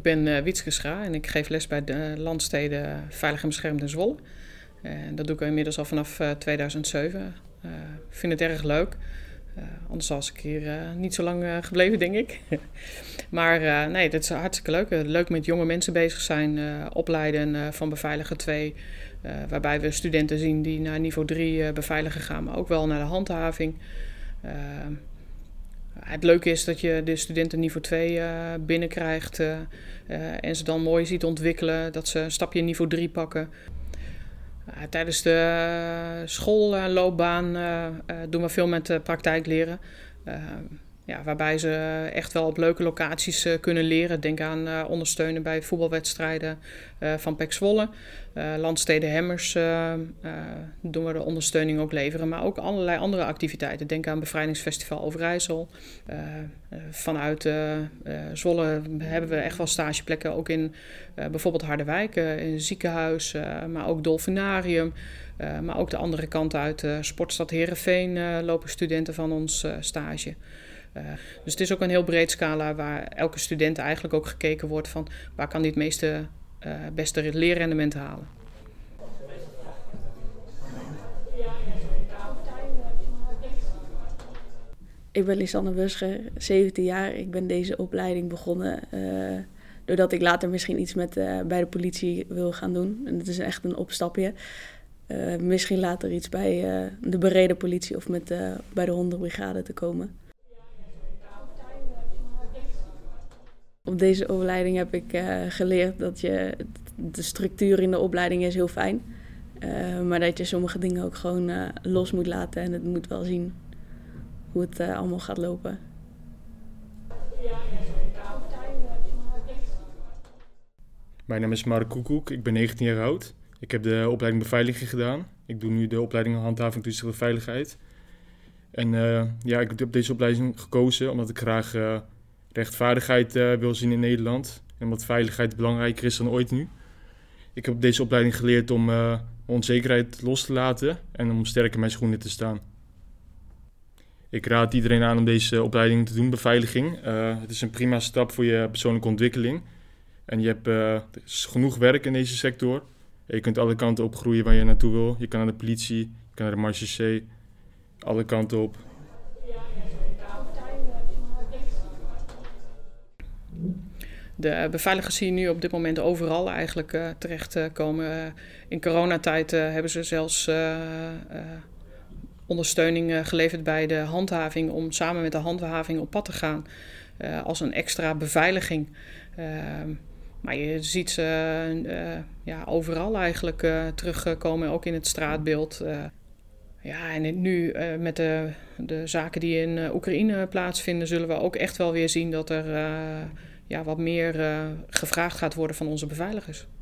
ben Wietske Schra en ik geef les bij de Landstede Veilig en Beschermd in Zwolle. Dat doe ik inmiddels al vanaf 2007. Ik vind het erg leuk. Anders was ik hier niet zo lang gebleven, denk ik. Maar nee, dat is hartstikke leuk. Leuk met jonge mensen bezig zijn. Opleiden van beveiliger 2. Waarbij we studenten zien die naar niveau 3 beveiligen gaan. Maar ook wel naar de handhaving. Het leuke is dat je de studenten niveau 2 binnenkrijgt. En ze dan mooi ziet ontwikkelen. Dat ze een stapje niveau 3 pakken. Tijdens de schoolloopbaan doen we veel met praktijkleren. Waarbij ze echt wel op leuke locaties kunnen leren. Denk aan ondersteunen bij voetbalwedstrijden van PEC Zwolle. Landstede Hemmers doen we de ondersteuning ook leveren. Maar ook allerlei andere activiteiten. Denk aan Bevrijdingsfestival Overijssel. Vanuit Zwolle hebben we echt wel stageplekken. Ook in bijvoorbeeld Harderwijk, in een ziekenhuis. Maar ook Dolfinarium. Maar ook de andere kant uit Sportstad Heerenveen lopen studenten van ons stage. Dus het is ook een heel breed scala waar elke student eigenlijk ook gekeken wordt van waar kan die het beste leerrendement halen. Ik ben Lisanne Buscher, 17 jaar. Ik ben deze opleiding begonnen doordat ik later misschien iets bij de politie wil gaan doen. En het is echt een opstapje. Misschien later iets bij de berede politie of bij de hondenbrigade te komen. Op deze opleiding heb ik geleerd dat de structuur in de opleiding is heel fijn. Maar dat je sommige dingen ook gewoon los moet laten en het moet wel zien hoe het allemaal gaat lopen. Mijn naam is Mark Koekoek, ik ben 19 jaar oud. Ik heb de opleiding beveiliging gedaan. Ik doe nu de opleiding handhaving toezicht veiligheid. En ik heb deze opleiding gekozen omdat ik graag rechtvaardigheid wil zien in Nederland. En omdat veiligheid belangrijker is dan ooit nu. Ik heb op deze opleiding geleerd om onzekerheid los te laten en om sterk in mijn schoenen te staan. Ik raad iedereen aan om deze opleiding te doen, beveiliging. Het is een prima stap voor je persoonlijke ontwikkeling. En je hebt er is genoeg werk in deze sector. Je kunt alle kanten op groeien waar je naartoe wil. Je kan naar de politie, je kan naar de marechaussee, alle kanten op. De beveiligers zie je nu op dit moment overal eigenlijk terechtkomen. In coronatijd hebben ze zelfs ondersteuning geleverd bij de handhaving om samen met de handhaving op pad te gaan als een extra beveiliging. Maar je ziet ze overal eigenlijk terugkomen, ook in het straatbeeld. En nu met de zaken die in Oekraïne plaatsvinden, zullen we ook echt wel weer zien dat er wat meer gevraagd gaat worden van onze beveiligers.